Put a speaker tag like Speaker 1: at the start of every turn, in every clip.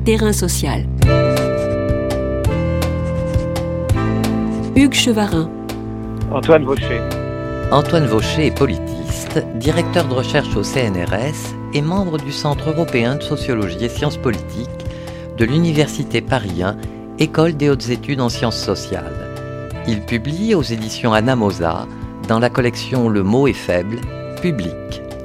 Speaker 1: Terrain social. Hugues Chevarin.
Speaker 2: Antoine Vaucher.
Speaker 3: Antoine Vaucher est politiste, directeur de recherche au CNRS et membre du Centre européen de sociologie et sciences politiques de l'Université Paris 1, École des hautes études en sciences sociales. Il publie aux éditions Anamosa, dans la collection Le mot est faible, public.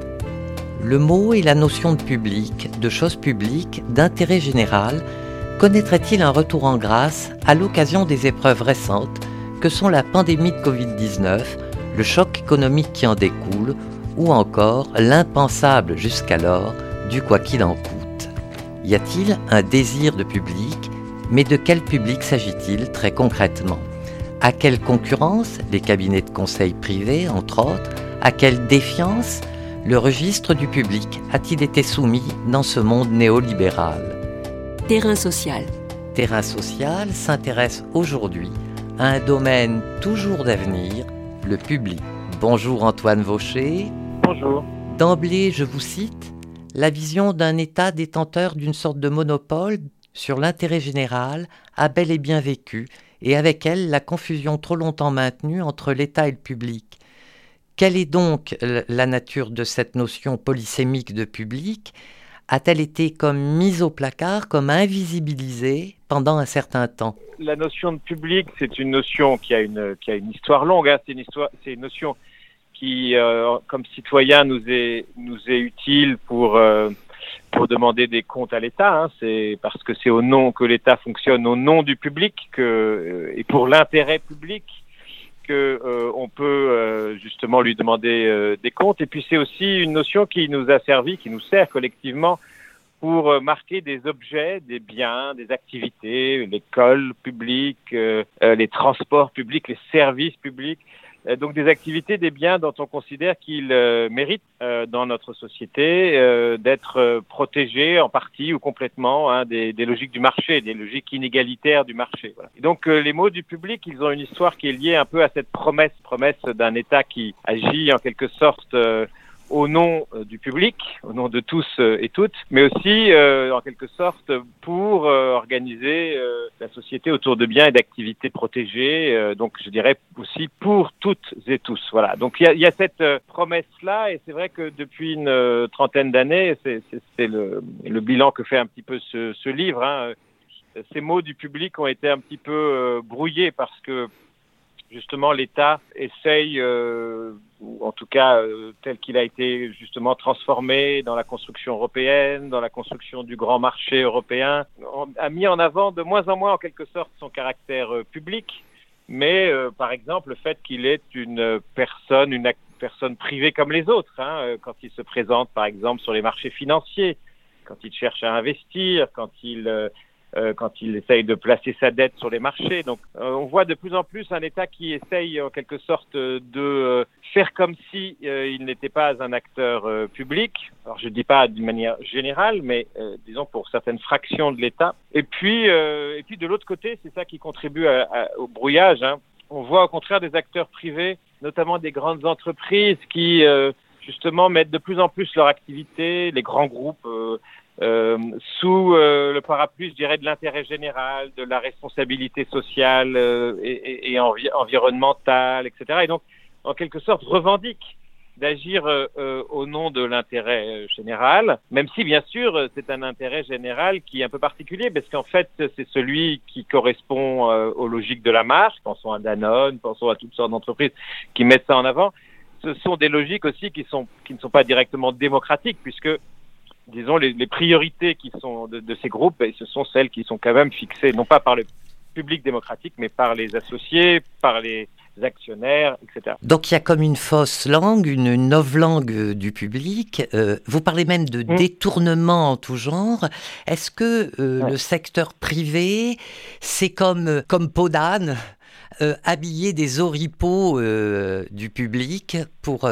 Speaker 3: Le mot et la notion de public, de chose publique, d'intérêt général, connaîtrait-il un retour en grâce à l'occasion des épreuves récentes que sont la pandémie de Covid-19, le choc économique qui en découle, ou encore l'impensable jusqu'alors du quoi qu'il en coûte? Y a-t-il un désir de public? Mais de quel public s'agit-il très concrètement? À quelle concurrence les cabinets de conseil privés, entre autres? À quelle défiance le registre du public a-t-il été soumis dans ce monde néolibéral?
Speaker 1: Terrain social.
Speaker 3: Terrain social s'intéresse aujourd'hui à un domaine toujours d'avenir, le public. Bonjour Antoine Vaucher.
Speaker 2: Bonjour.
Speaker 3: D'emblée, je vous cite, la vision d'un État détenteur d'une sorte de monopole sur l'intérêt général a bel et bien vécu, et avec elle la confusion trop longtemps maintenue entre l'État et le public. Quelle est donc la nature de cette notion polysémique de public? A-t-elle été comme mise au placard, comme invisibilisée pendant un certain temps?
Speaker 2: La notion de public, c'est une notion qui a une histoire longue. C'est une notion qui, comme citoyen, nous est utile pour demander des comptes à l'État. C'est parce que c'est au nom que l'État fonctionne au nom du public et pour l'intérêt public que on peut justement lui demander des comptes. Et puis c'est aussi une notion qui nous a servi, qui nous sert collectivement pour marquer des objets, des biens, des activités, l'école publique, les transports publics, les services publics. Donc des activités, des biens dont on considère qu'ils méritent dans notre société d'être protégés en partie ou complètement des logiques du marché, des logiques inégalitaires du marché. Voilà. Et donc les mots du public, ils ont une histoire qui est liée un peu à cette promesse d'un État qui agit en quelque sorte au nom du public, au nom de tous et toutes, mais aussi en quelque sorte pour organiser la société autour de biens et d'activités protégées, donc je dirais aussi pour toutes et tous. Voilà. Donc il y a cette promesse-là, et c'est vrai que depuis une trentaine d'années, c'est le bilan que fait un petit peu ce livre, ces mots du public ont été un petit peu brouillés parce que justement, l'État essaye, ou en tout cas tel qu'il a été justement transformé dans la construction européenne, dans la construction du grand marché européen, a mis en avant de moins en moins en quelque sorte son caractère public, mais par exemple le fait qu'il est une personne privée comme les autres, quand il se présente par exemple sur les marchés financiers, quand il cherche à investir, quand il essaye de placer sa dette sur les marchés. Donc on voit de plus en plus un État qui essaye en quelque sorte de faire comme si il n'était pas un acteur public. Alors je ne dis pas d'une manière générale, mais disons pour certaines fractions de l'État. Et puis de l'autre côté, c'est ça qui contribue au brouillage. On voit au contraire des acteurs privés, notamment des grandes entreprises qui justement mettent de plus en plus leur activité, les grands groupes sous le parapluie, je dirais, de l'intérêt général, de la responsabilité sociale et environnementale, etc. Et donc, en quelque sorte, revendique d'agir au nom de l'intérêt général, même si, bien sûr, c'est un intérêt général qui est un peu particulier, parce qu'en fait, c'est celui qui correspond aux logiques de la marque. Pensons à Danone, pensons à toutes sortes d'entreprises qui mettent ça en avant. Ce sont des logiques aussi qui ne sont pas directement démocratiques, puisque disons, les priorités qui sont de ces groupes, ce sont celles qui sont quand même fixées, non pas par le public démocratique, mais par les associés, par les actionnaires, etc.
Speaker 3: Donc il y a comme une fausse langue, une novlangue du public. Vous parlez même de détournement en tout genre. Est-ce que le secteur privé, c'est comme peau d'âne, habiller des oripeaux du public pour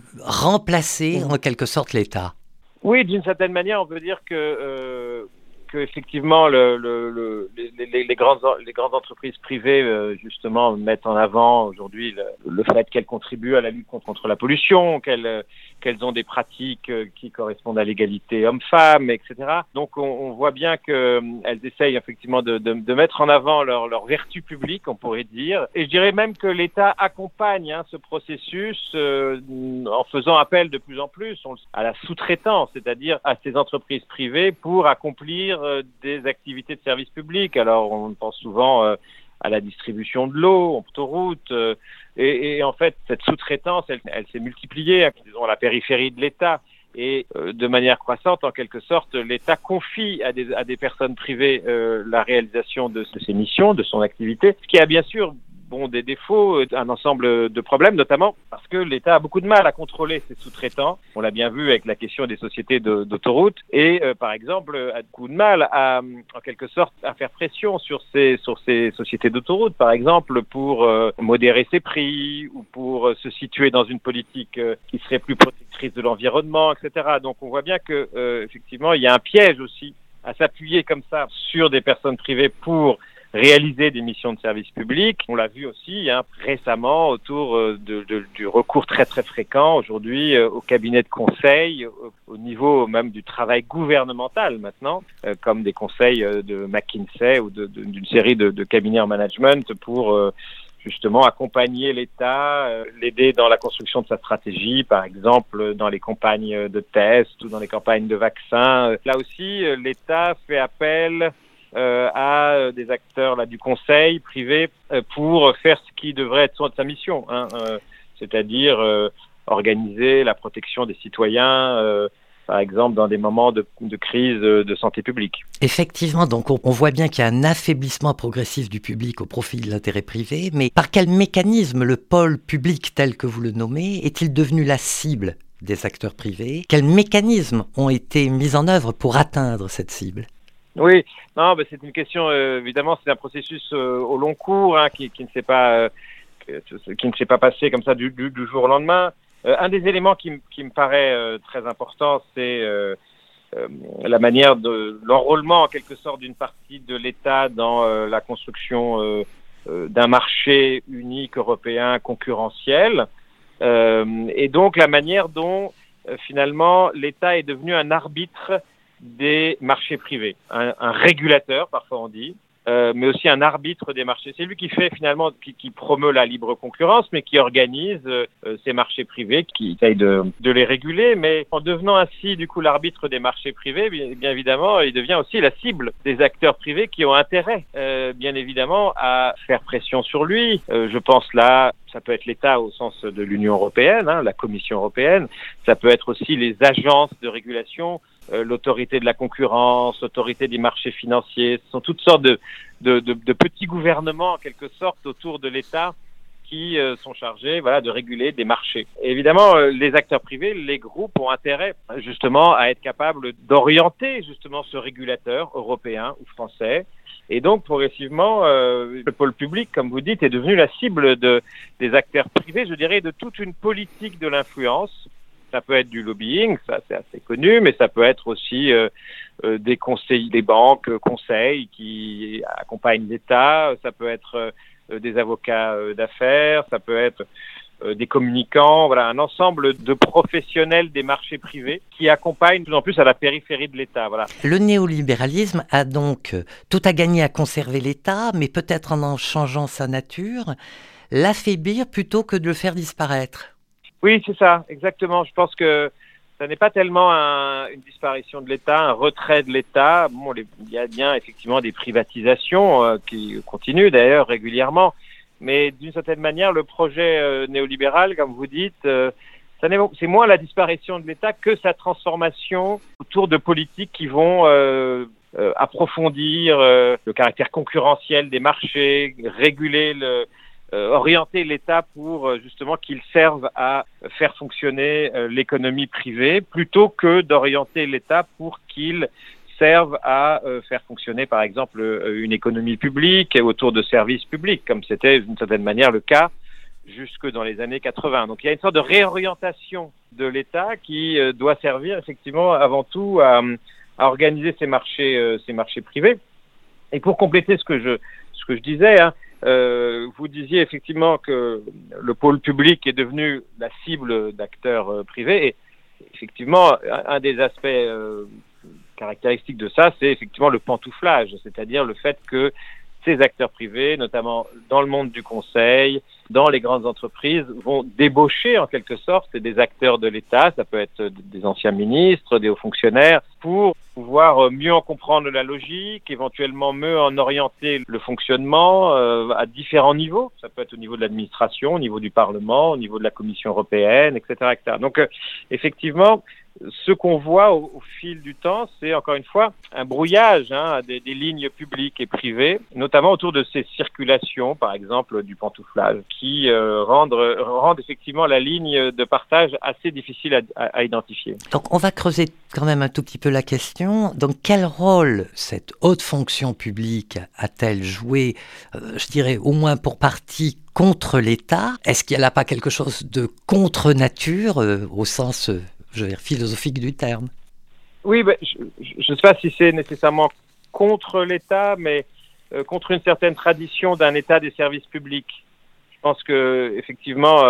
Speaker 3: remplacer en quelque sorte l'État?
Speaker 2: Oui, d'une certaine manière, on peut dire que que effectivement les grandes entreprises privées justement mettent en avant aujourd'hui le fait qu'elles contribuent à la lutte contre la pollution, qu'elles ont des pratiques qui correspondent à l'égalité homme-femme, etc. Donc on voit bien qu'elles essayent effectivement de mettre en avant leur vertu publique, on pourrait dire. Et je dirais même que l'État accompagne ce processus en faisant appel de plus en plus à la sous-traitance, c'est-à-dire à ces entreprises privées pour accomplir des activités de service public. Alors on pense souvent à la distribution de l'eau, aux autoroutes, et en fait cette sous-traitance, elle s'est multipliée, disons, à la périphérie de l'État. Et de manière croissante, en quelque sorte, l'État confie à des personnes privées la réalisation de ses missions, de son activité, ce qui a bien sûr des défauts, un ensemble de problèmes, notamment parce que l'État a beaucoup de mal à contrôler ses sous-traitants. On l'a bien vu avec la question des sociétés d'autoroutes et, par exemple, a beaucoup de mal en quelque sorte, à faire pression sur ces sociétés d'autoroutes, par exemple, pour modérer ses prix ou pour se situer dans une politique qui serait plus protectrice de l'environnement, etc. Donc, on voit bien que, effectivement, il y a un piège aussi à s'appuyer comme ça sur des personnes privées pour réaliser des missions de service public. On l'a vu aussi récemment autour du recours très très fréquent aujourd'hui au cabinet de conseil, au niveau même du travail gouvernemental maintenant, comme des conseils de McKinsey ou d'une série de cabinets en management pour justement accompagner l'État, l'aider dans la construction de sa stratégie, par exemple dans les campagnes de tests ou dans les campagnes de vaccins. Là aussi, l'État fait appel à des acteurs du conseil privé pour faire ce qui devrait être sa mission, c'est-à-dire organiser la protection des citoyens, par exemple dans des moments de crise de santé publique.
Speaker 3: Effectivement, donc on voit bien qu'il y a un affaiblissement progressif du public au profit de l'intérêt privé, mais par quel mécanisme le pôle public tel que vous le nommez est-il devenu la cible des acteurs privés? Quels mécanismes ont été mis en œuvre pour atteindre cette cible?
Speaker 2: Oui, non, c'est une question, évidemment, c'est un processus au long cours qui ne s'est pas passé comme ça du jour au lendemain. Un des éléments qui me paraît très important, c'est la manière de l'enrôlement en quelque sorte d'une partie de l'État dans la construction d'un marché unique européen concurrentiel, et donc la manière dont finalement l'État est devenu un arbitre des marchés privés, un régulateur, parfois on dit, mais aussi un arbitre des marchés. C'est lui qui fait finalement, qui promeut la libre concurrence, mais qui organise ces marchés privés, qui essaye de les réguler, mais en devenant ainsi du coup l'arbitre des marchés privés, bien évidemment, il devient aussi la cible des acteurs privés qui ont intérêt, bien évidemment, à faire pression sur lui. Je pense là, ça peut être l'État au sens de l'Union européenne, la Commission européenne, ça peut être aussi les agences de régulation, l'autorité de la concurrence, l'autorité des marchés financiers. Ce sont toutes sortes de petits gouvernements en quelque sorte autour de l'État qui sont chargés de réguler des marchés. Et évidemment, les acteurs privés, les groupes ont intérêt justement à être capables d'orienter justement ce régulateur européen ou français. Et donc, progressivement, le pôle public, comme vous dites, est devenu la cible des acteurs privés, je dirais, de toute une politique de l'influence. Ça peut être du lobbying, ça c'est assez connu, mais ça peut être aussi des conseils, des banques, conseils qui accompagnent l'État, ça peut être des avocats d'affaires, ça peut être des communicants, un ensemble de professionnels des marchés privés qui accompagnent de plus en plus à la périphérie de l'État.
Speaker 3: Le néolibéralisme a donc tout à gagner à conserver l'État, mais peut-être en changeant sa nature, l'affaiblir plutôt que de le faire disparaître.
Speaker 2: Oui, c'est ça, exactement. Je pense que ça n'est pas tellement une disparition de l'État, un retrait de l'État. Il y a bien effectivement des privatisations qui continuent d'ailleurs régulièrement, mais d'une certaine manière, le projet néolibéral, comme vous dites, c'est moins la disparition de l'État que sa transformation autour de politiques qui vont approfondir le caractère concurrentiel des marchés, réguler orienter l'État pour justement qu'il serve à faire fonctionner l'économie privée plutôt que d'orienter l'État pour qu'il serve à faire fonctionner par exemple une économie publique autour de services publics comme c'était d'une certaine manière le cas jusque dans les années 80. Donc il y a une sorte de réorientation de l'État qui doit servir effectivement avant tout à organiser ces marchés privés. Et pour compléter ce que je disais, vous disiez effectivement que le pôle public est devenu la cible d'acteurs privés. Et effectivement, un des aspects caractéristiques de ça, c'est effectivement le pantouflage, c'est-à-dire le fait que ces acteurs privés, notamment dans le monde du conseil, dans les grandes entreprises, vont débaucher en quelque sorte des acteurs de l'État, ça peut être des anciens ministres, des hauts fonctionnaires, pour pouvoir mieux en comprendre la logique, éventuellement mieux en orienter le fonctionnement à différents niveaux. Ça peut être au niveau de l'administration, au niveau du Parlement, au niveau de la Commission européenne, etc. etc. Donc effectivement, ce qu'on voit au fil du temps, c'est encore une fois un brouillage des lignes publiques et privées, notamment autour de ces circulations, par exemple du pantouflage, qui rendent effectivement la ligne de partage assez difficile à identifier.
Speaker 3: Donc on va creuser quand même un tout petit peu la question. Donc quel rôle cette haute fonction publique a-t-elle joué, je dirais au moins pour partie, contre l'État? Est-ce qu'il n'y a pas quelque chose de contre-nature au sens philosophique du terme?
Speaker 2: Oui, je ne sais pas si c'est nécessairement contre l'État, mais contre une certaine tradition d'un État des services publics. Je pense que effectivement,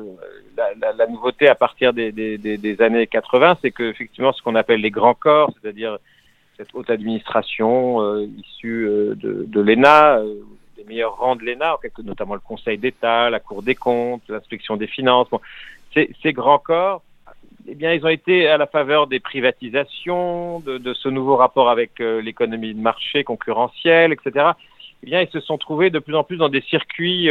Speaker 2: la nouveauté à partir des années 80, c'est que effectivement, ce qu'on appelle les grands corps, c'est-à-dire cette haute administration issue de l'ENA, des meilleurs rangs de l'ENA, notamment le Conseil d'État, la Cour des comptes, l'inspection des finances, ces grands corps, eh bien, ils ont été à la faveur des privatisations, de ce nouveau rapport avec l'économie de marché concurrentielle, etc. Eh bien, ils se sont trouvés de plus en plus dans des circuits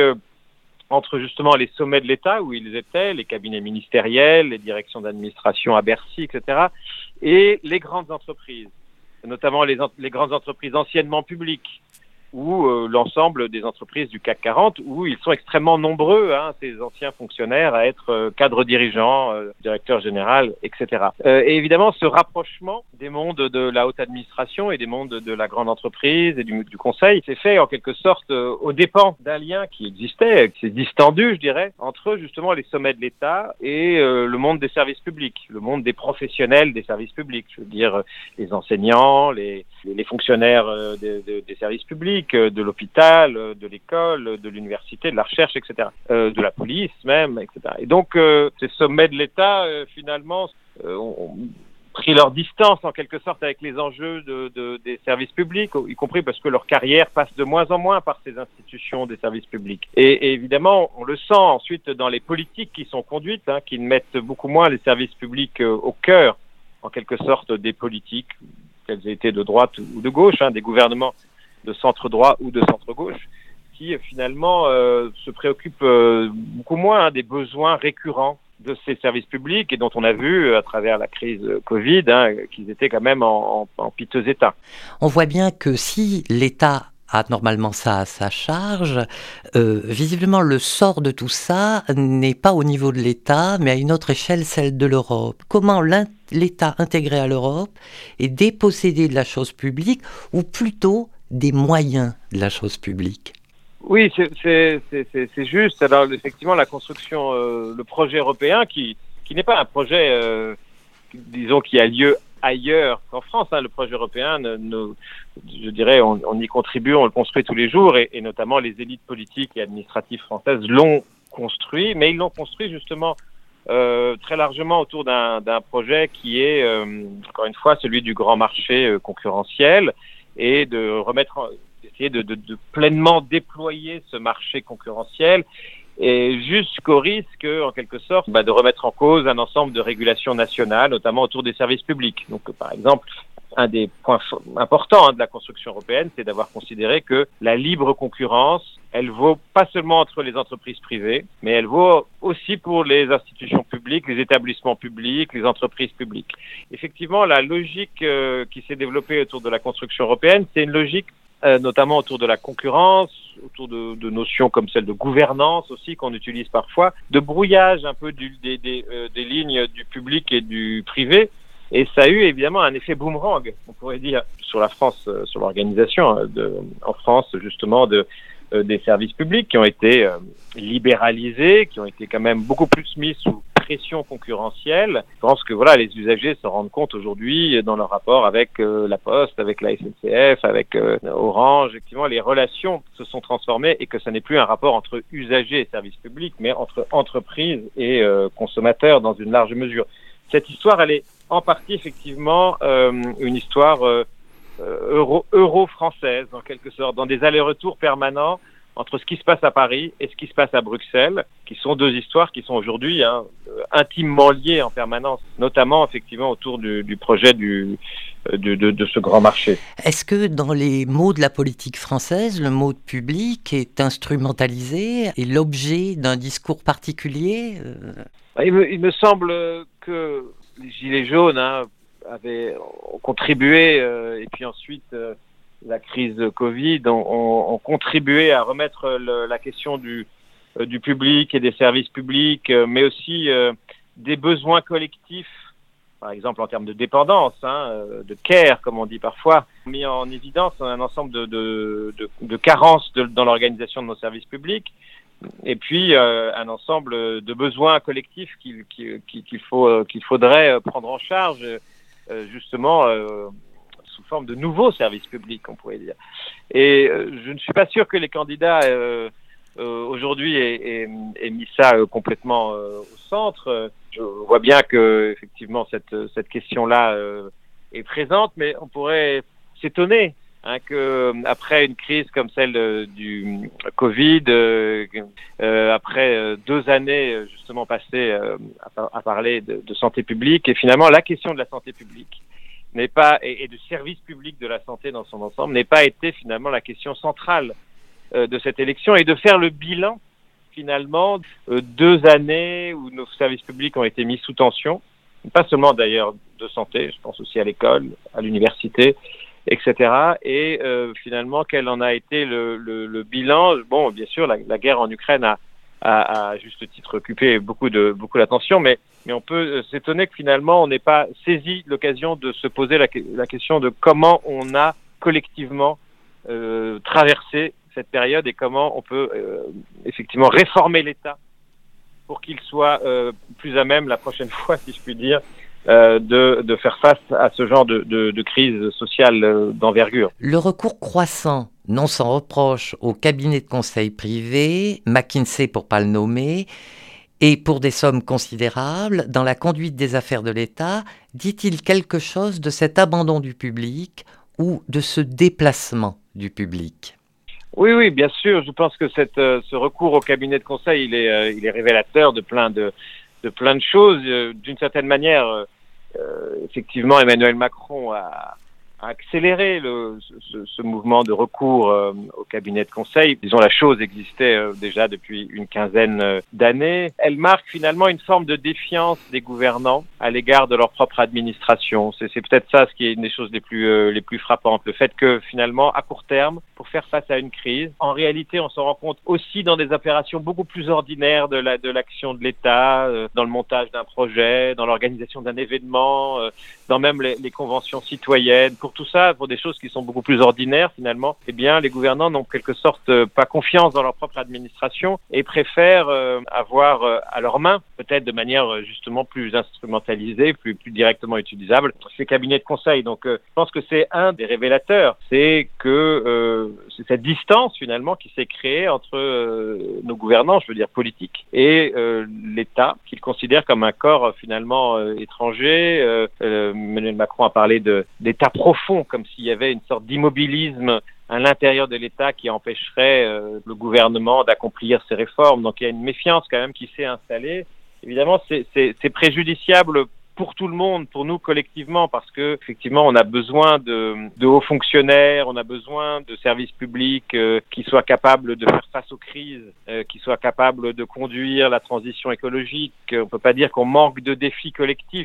Speaker 2: entre justement les sommets de l'État où ils étaient, les cabinets ministériels, les directions d'administration à Bercy, etc., et les grandes entreprises, notamment les grandes entreprises anciennement publiques, ou l'ensemble des entreprises du CAC 40, où ils sont extrêmement nombreux, ces anciens fonctionnaires, à être cadres dirigeants, directeurs généraux, etc. Et évidemment, ce rapprochement des mondes de la haute administration et des mondes de la grande entreprise et du conseil s'est fait en quelque sorte aux dépens d'un lien qui existait, qui s'est distendu, je dirais, entre justement les sommets de l'État et le monde des services publics, le monde des professionnels des services publics, je veux dire les enseignants, les fonctionnaires des services publics, de l'hôpital, de l'école, de l'université, de la recherche, etc., de la police même, etc. Et donc, ces sommets de l'État, finalement, ont pris leur distance, en quelque sorte, avec les enjeux des services publics, y compris parce que leur carrière passe de moins en moins par ces institutions des services publics. Et évidemment, on le sent ensuite dans les politiques qui sont conduites, qui mettent beaucoup moins les services publics au cœur, en quelque sorte, des politiques, qu'elles aient été de droite ou de gauche, des gouvernements de centre-droit ou de centre-gauche, qui finalement se préoccupent beaucoup moins des besoins récurrents de ces services publics et dont on a vu à travers la crise Covid qu'ils étaient quand même en piteux état.
Speaker 3: On voit bien que si l'État a normalement ça à sa charge, visiblement le sort de tout ça n'est pas au niveau de l'État, mais à une autre échelle, celle de l'Europe. Comment l'État intégré à l'Europe est dépossédé de la chose publique, ou plutôt des moyens de la chose publique?
Speaker 2: Oui, c'est juste. Alors effectivement, la construction, le projet européen, qui n'est pas un projet, disons, qui a lieu ailleurs qu'en France. Le projet européen, je dirais, on y contribue, on le construit tous les jours, et notamment les élites politiques et administratives françaises l'ont construit, mais ils l'ont construit justement très largement autour d'un projet qui est, encore une fois, celui du grand marché concurrentiel, et d'essayer de pleinement déployer ce marché concurrentiel, et jusqu'au risque, en quelque sorte, de remettre en cause un ensemble de régulations nationales, notamment autour des services publics. Donc, par exemple, un des points importants de la construction européenne, c'est d'avoir considéré que la libre concurrence, elle vaut pas seulement entre les entreprises privées, mais elle vaut aussi pour les institutions publiques, les établissements publics, les entreprises publiques. Effectivement, la logique qui s'est développée autour de la construction européenne, c'est une logique notamment autour de la concurrence, autour de notions comme celle de gouvernance aussi qu'on utilise parfois, de brouillage un peu des lignes du public et du privé. Et ça a eu évidemment un effet boomerang, on pourrait dire, sur la France, sur l'organisation en France justement des services publics qui ont été libéralisés, qui ont été quand même beaucoup plus mis sous pression concurrentielle. Je pense que voilà, les usagers se rendent compte aujourd'hui dans leur rapport avec la Poste, avec la SNCF, avec Orange. Effectivement, les relations se sont transformées et que ce n'est plus un rapport entre usagers et services publics, mais entre entreprises et consommateurs dans une large mesure. Cette histoire, elle est en partie effectivement une histoire euro-française, en quelque sorte, dans des allers-retours permanents entre ce qui se passe à Paris et ce qui se passe à Bruxelles, qui sont deux histoires qui sont aujourd'hui intimement liées en permanence, notamment effectivement autour du projet de ce grand marché.
Speaker 3: Est-ce que dans les mots de la politique française, le mot public est instrumentalisé et l'objet d'un discours particulier
Speaker 2: Il me semble que les Gilets jaunes ont contribué, et puis ensuite la crise de Covid ont contribué à remettre la question du public et des services publics, mais aussi des besoins collectifs, par exemple en termes de dépendance, de care, comme on dit parfois, mis en évidence un ensemble de carences dans l'organisation de nos services publics, et puis un ensemble de besoins collectifs qu'il faudrait prendre en charge, justement sous forme de nouveaux services publics, on pourrait dire. Et je ne suis pas sûr que les candidats aujourd'hui aient mis ça complètement au centre. Je vois bien que effectivement cette question-là est présente, mais on pourrait s'étonner que après une crise comme celle du Covid, après 2 années justement passées à parler de santé publique, et finalement la question de la santé publique n'est pas, et du service public de la santé dans son ensemble, n'est pas été finalement la question centrale de cette élection, et de faire le bilan finalement 2 années où nos services publics ont été mis sous tension, pas seulement d'ailleurs de santé, je pense aussi à l'école, à l'université, etc. Et finalement, quel en a été le bilan? Bon, bien sûr, la guerre en Ukraine a à juste titre occupé beaucoup d'attention, mais on peut s'étonner que finalement on n'ait pas saisi l'occasion de se poser la question de comment on a collectivement traversé cette période et comment on peut effectivement réformer l'État pour qu'il soit plus à même la prochaine fois, si je puis dire, de faire face à ce genre de crise sociale d'envergure.
Speaker 3: Le recours croissant, non sans reproche, au cabinet de conseil privé, McKinsey pour pas le nommer, et pour des sommes considérables, dans la conduite des affaires de l'État, dit-il quelque chose de cet abandon du public ou de ce déplacement du public?
Speaker 2: Oui, bien sûr. Je pense que ce recours au cabinet de conseil, il est révélateur de plein de choses. D'une certaine manière, effectivement, Emmanuel Macron a accéléré ce mouvement de recours au cabinet de conseil. Disons, la chose existait déjà depuis une quinzaine d'années. Elle marque finalement une forme de défiance des gouvernants à l'égard de leur propre administration. C'est peut-être ça ce qui est une des choses les plus frappantes. Le fait que finalement, à court terme, pour faire face à une crise, en réalité, on s'en rend compte aussi dans des opérations beaucoup plus ordinaires de l'action de l'État, dans le montage d'un projet, dans l'organisation d'un événement, dans même les conventions citoyennes. Pour tout ça, pour des choses qui sont beaucoup plus ordinaires finalement, eh bien les gouvernants n'ont en quelque sorte pas confiance dans leur propre administration et préfèrent avoir à leurs mains, peut-être de manière justement plus instrumentalisée, plus directement utilisable, ces cabinets de conseil. Donc je pense que c'est un des révélateurs, c'est que c'est cette distance finalement qui s'est créée entre nos gouvernants, je veux dire politiques, et l'État, qu'ils considèrent comme un corps finalement étranger. Emmanuel Macron a parlé d'État profond, comme s'il y avait une sorte d'immobilisme à l'intérieur de l'État qui empêcherait le gouvernement d'accomplir ses réformes. Donc il y a une méfiance quand même qui s'est installée. Évidemment, c'est préjudiciable pour tout le monde, pour nous collectivement, parce que effectivement, on a besoin de hauts fonctionnaires, on a besoin de services publics qui soient capables de faire face aux crises, qui soient capables de conduire la transition écologique. On peut pas dire qu'on manque de défis collectifs.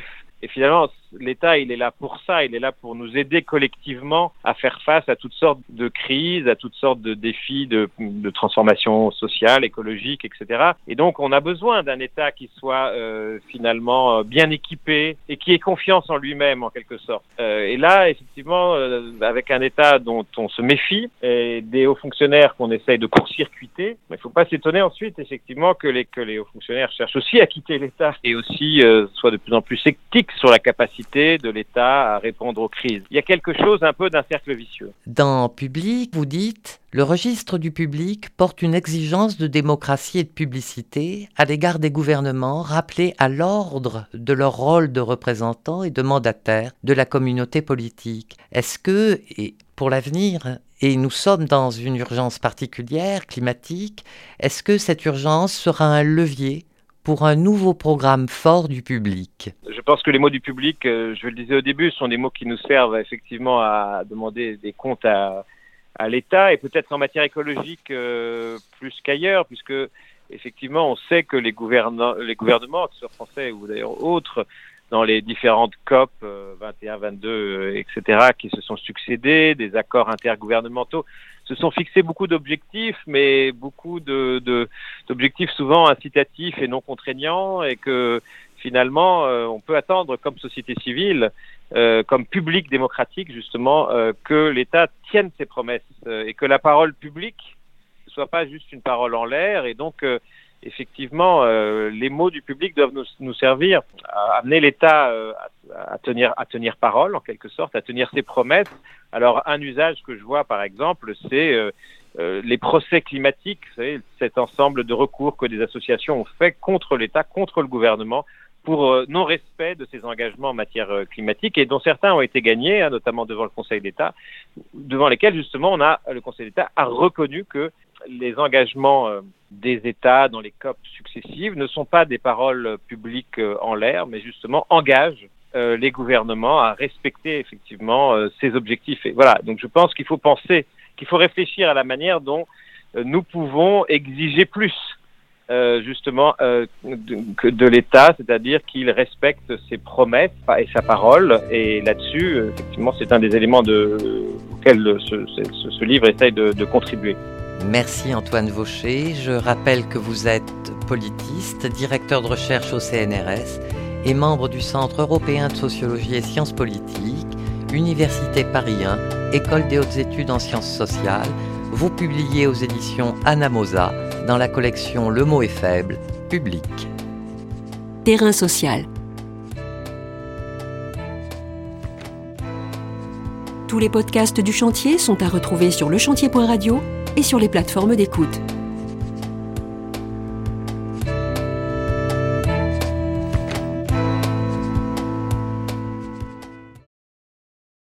Speaker 2: Et finalement, l'État, il est là pour ça. Il est là pour nous aider collectivement à faire face à toutes sortes de crises, à toutes sortes de défis de transformation sociale, écologique, etc. Et donc, on a besoin d'un État qui soit finalement bien équipé et qui ait confiance en lui-même, en quelque sorte. Et là, effectivement, avec un État dont on se méfie et des hauts fonctionnaires qu'on essaye de court-circuiter, il ne faut pas s'étonner ensuite, effectivement, que les hauts fonctionnaires cherchent aussi à quitter l'État et aussi soient de plus en plus sceptiques sur la capacité de l'État à répondre aux crises. Il y a quelque chose un peu d'un cercle vicieux.
Speaker 3: Dans Public, vous dites « Le registre du public porte une exigence de démocratie et de publicité à l'égard des gouvernements rappelés à l'ordre de leur rôle de représentants et de mandataires de la communauté politique. » Est-ce que, et pour l'avenir, et nous sommes dans une urgence particulière, climatique, est-ce que cette urgence sera un levier pour un nouveau programme fort du public?
Speaker 2: Je pense que les mots du public, je le disais au début, sont des mots qui nous servent effectivement à demander des comptes à l'État et peut-être en matière écologique plus qu'ailleurs, puisque effectivement on sait que les gouvernements, que ce soit français ou d'ailleurs autres, dans les différentes COP 21, 22, etc., qui se sont succédés, des accords intergouvernementaux, se sont fixés beaucoup d'objectifs, mais beaucoup d'objectifs souvent incitatifs et non contraignants, et que finalement, on peut attendre comme société civile, comme public démocratique justement, que l'État tienne ses promesses et que la parole publique ne soit pas juste une parole en l'air. Et donc, effectivement, les mots du public doivent nous servir à amener l'État à tenir parole, en quelque sorte, à tenir ses promesses. Alors, un usage que je vois, par exemple, c'est les procès climatiques, vous savez, cet ensemble de recours que des associations ont fait contre l'État, contre le gouvernement, pour non-respect de ses engagements en matière climatique, et dont certains ont été gagnés, notamment devant le Conseil d'État, devant lesquels, justement, le Conseil d'État a reconnu que les engagements des États dans les COP successives ne sont pas des paroles publiques en l'air, mais justement engagent les gouvernements à respecter effectivement ces objectifs. Et voilà, donc je pense qu'il faut réfléchir à la manière dont nous pouvons exiger plus justement de l'État, c'est-à-dire qu'il respecte ses promesses et sa parole. Et là-dessus, effectivement, c'est un des éléments auxquels ce livre essaye de contribuer.
Speaker 3: Merci Antoine Vaucher. Je rappelle que vous êtes politiste, directeur de recherche au CNRS et membre du Centre européen de sociologie et sciences politiques, Université Paris 1, École des hautes études en sciences sociales. Vous publiez aux éditions Anamosa dans la collection Le mot est faible, Public.
Speaker 1: Terrain social. Tous les podcasts du chantier sont à retrouver sur lechantier.radio et sur les plateformes d'écoute.